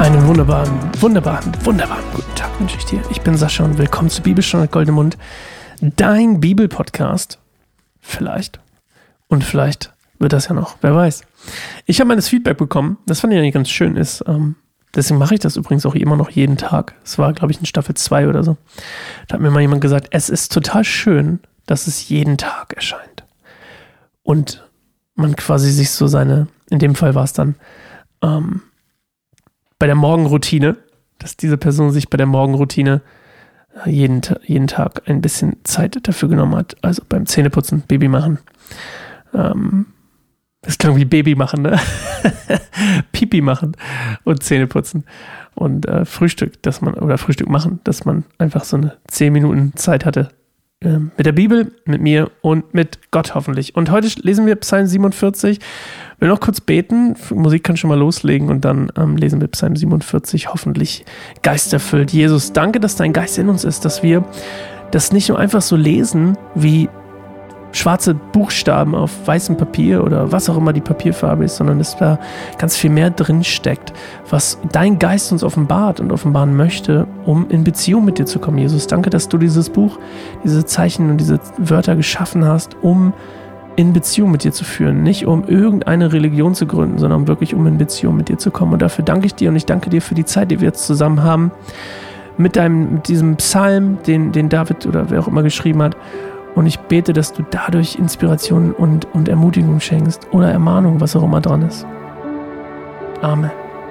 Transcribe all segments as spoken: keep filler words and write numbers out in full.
Einen wunderbaren, wunderbaren, wunderbaren guten Tag wünsche ich dir. Ich bin Sascha und willkommen zu Bibelstunde Goldene Mund, dein Bibelpodcast. Vielleicht. Und vielleicht wird das ja noch, wer weiß. Ich habe meines Feedback bekommen, das fand ich eigentlich ganz schön ist. Ähm, deswegen mache ich das übrigens auch immer noch jeden Tag. Es war, glaube ich, in Staffel zwei oder so. Da hat mir mal jemand gesagt, es ist total schön, dass es jeden Tag erscheint. Und man quasi sich so seine, in dem Fall war es dann, ähm, bei der Morgenroutine, dass diese Person sich bei der Morgenroutine jeden, jeden Tag ein bisschen Zeit dafür genommen hat. Also beim Zähneputzen, Baby machen. Ähm, das klang wie Baby machen, ne? Pipi machen und Zähneputzen. Und äh, Frühstück, dass man, oder Frühstück machen, dass man einfach so eine zehn Minuten Zeit hatte. Äh, mit der Bibel, mit mir und mit Gott hoffentlich. Und heute lesen wir Psalm siebenundvierzig. Ich will noch kurz beten, Musik kann schon mal loslegen und dann ähm, lesen wir Psalm siebenundvierzig, hoffentlich geisterfüllt. Jesus, danke, dass dein Geist in uns ist, dass wir das nicht nur einfach so lesen wie schwarze Buchstaben auf weißem Papier oder was auch immer die Papierfarbe ist, sondern dass da ganz viel mehr drin steckt, was dein Geist uns offenbart und offenbaren möchte, um in Beziehung mit dir zu kommen. Jesus, danke, dass du dieses Buch, diese Zeichen und diese Wörter geschaffen hast, um in Beziehung mit dir zu führen, nicht um irgendeine Religion zu gründen, sondern wirklich um in Beziehung mit dir zu kommen. Und dafür danke ich dir und ich danke dir für die Zeit, die wir jetzt zusammen haben, mit deinem, mit diesem Psalm, den, den David oder wer auch immer geschrieben hat. Und ich bete, dass du dadurch Inspiration und, und Ermutigung schenkst oder Ermahnung, was auch immer dran ist. Amen.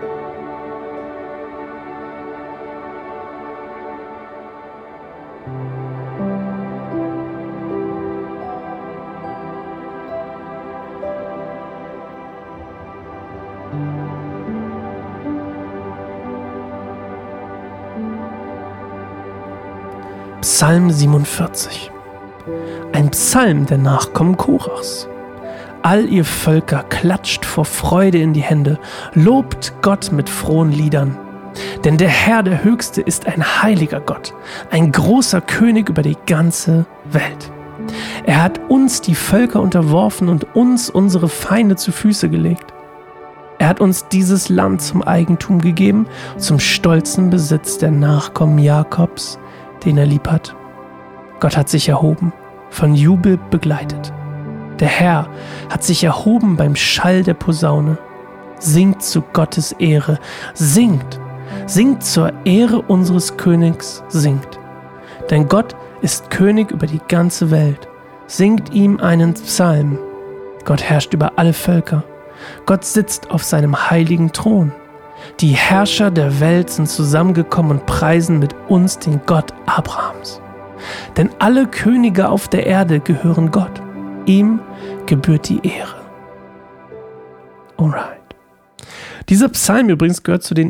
Psalm siebenundvierzig. Ein Psalm der Nachkommen Korachs. All ihr Völker klatscht vor Freude in die Hände, lobt Gott mit frohen Liedern. Denn der Herr, der Höchste, ist ein heiliger Gott, ein großer König über die ganze Welt. Er hat uns die Völker unterworfen und uns unsere Feinde zu Füße gelegt. Er hat uns dieses Land zum Eigentum gegeben, zum stolzen Besitz der Nachkommen Jakobs, den er lieb hat. Gott hat sich erhoben, von Jubel begleitet. Der Herr hat sich erhoben beim Schall der Posaune. Singt zu Gottes Ehre, singt, singt zur Ehre unseres Königs, singt. Denn Gott ist König über die ganze Welt. Singt ihm einen Psalm. Gott herrscht über alle Völker. Gott sitzt auf seinem heiligen Thron. Die Herrscher der Welt sind zusammengekommen und preisen mit uns den Gott Abrahams. Denn alle Könige auf der Erde gehören Gott. Ihm gebührt die Ehre. Alright. Dieser Psalm übrigens gehört zu den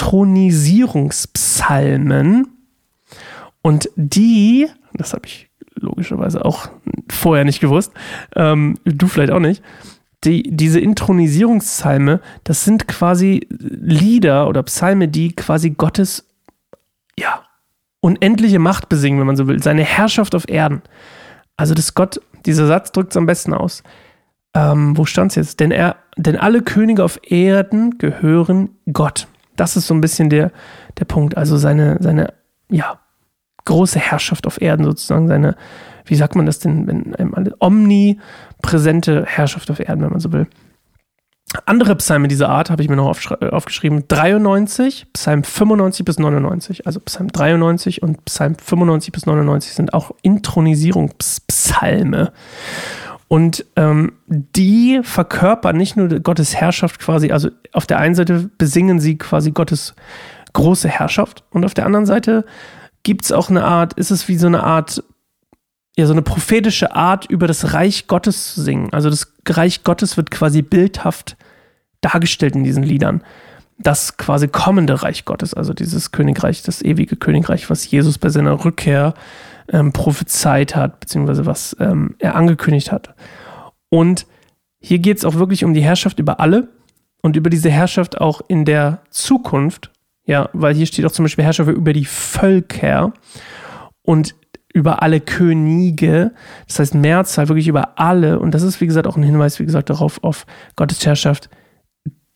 Intronisierungspsalmen. Und die, das habe ich logischerweise auch vorher nicht gewusst, ähm, du vielleicht auch nicht, die, diese Intronisierungspsalme, das sind quasi Lieder oder Psalme, die quasi Gottes, ja, unendliche Macht besingen, wenn man so will, seine Herrschaft auf Erden. Also das Gott, dieser Satz drückt es am besten aus. Ähm, wo stand es jetzt? Denn, er, denn alle Könige auf Erden gehören Gott. Das ist so ein bisschen der, der Punkt. Also seine, seine ja, große Herrschaft auf Erden sozusagen, seine, wie sagt man das denn, wenn einem alle, omnipräsente Herrschaft auf Erden, wenn man so will. Andere Psalme dieser Art habe ich mir noch aufgeschrieben. dreiundneunzig, Psalm fünfundneunzig bis neunundneunzig. Also Psalm dreiundneunzig und Psalm fünfundneunzig bis neunundneunzig sind auch Intronisierungspsalme. Und ähm, die verkörpern nicht nur Gottes Herrschaft quasi, also auf der einen Seite besingen sie quasi Gottes große Herrschaft und auf der anderen Seite gibt es auch eine Art, ist es wie so eine Art, ja, so eine prophetische Art, über das Reich Gottes zu singen. Also das Reich Gottes wird quasi bildhaft dargestellt in diesen Liedern. Das quasi kommende Reich Gottes, also dieses Königreich, das ewige Königreich, was Jesus bei seiner Rückkehr ähm, prophezeit hat, beziehungsweise was ähm, er angekündigt hat. Und hier geht es auch wirklich um die Herrschaft über alle und über diese Herrschaft auch in der Zukunft, ja, weil hier steht auch zum Beispiel Herrschaft über die Völker und über alle Könige, das heißt Mehrzahl, wirklich über alle. Und das ist, wie gesagt, auch ein Hinweis, wie gesagt, darauf, auf Gottes Herrschaft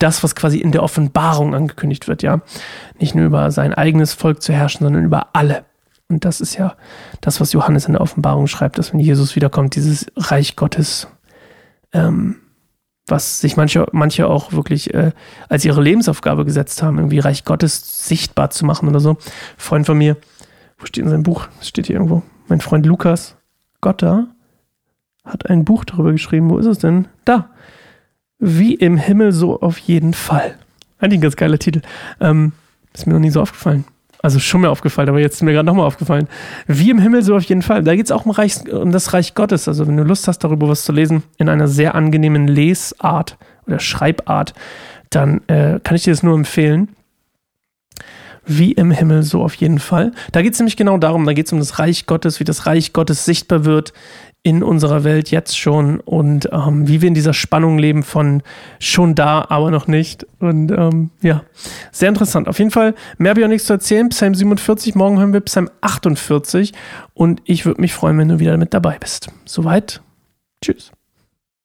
das, was quasi in der Offenbarung angekündigt wird, ja. Nicht nur über sein eigenes Volk zu herrschen, sondern über alle. Und das ist ja das, was Johannes in der Offenbarung schreibt, dass wenn Jesus wiederkommt, dieses Reich Gottes, ähm, was sich manche, manche auch wirklich äh, als ihre Lebensaufgabe gesetzt haben, irgendwie Reich Gottes sichtbar zu machen oder so. Ein Freund von mir, wo steht in seinem Buch? Das steht hier irgendwo. Mein Freund Lukas Gotter hat ein Buch darüber geschrieben. Wo ist es denn? Da. Wie im Himmel, so auf jeden Fall. Eigentlich ein ganz geiler Titel. Ähm, ist mir noch nie so aufgefallen. Also schon mir aufgefallen, aber jetzt ist mir gerade nochmal aufgefallen. Wie im Himmel, so auf jeden Fall. Da geht es auch um, Reich, um das Reich Gottes. Also wenn du Lust hast, darüber was zu lesen, in einer sehr angenehmen Lesart oder Schreibart, dann äh, kann ich dir das nur empfehlen. Wie im Himmel, so auf jeden Fall. Da geht es nämlich genau darum, da geht es um das Reich Gottes, wie das Reich Gottes sichtbar wird in unserer Welt jetzt schon und ähm, wie wir in dieser Spannung leben von schon da, aber noch nicht. Und ähm, ja, sehr interessant. Auf jeden Fall, mehr habe ich auch nichts zu erzählen. Psalm siebenundvierzig, morgen hören wir Psalm achtundvierzig und ich würde mich freuen, wenn du wieder mit dabei bist. Soweit, tschüss.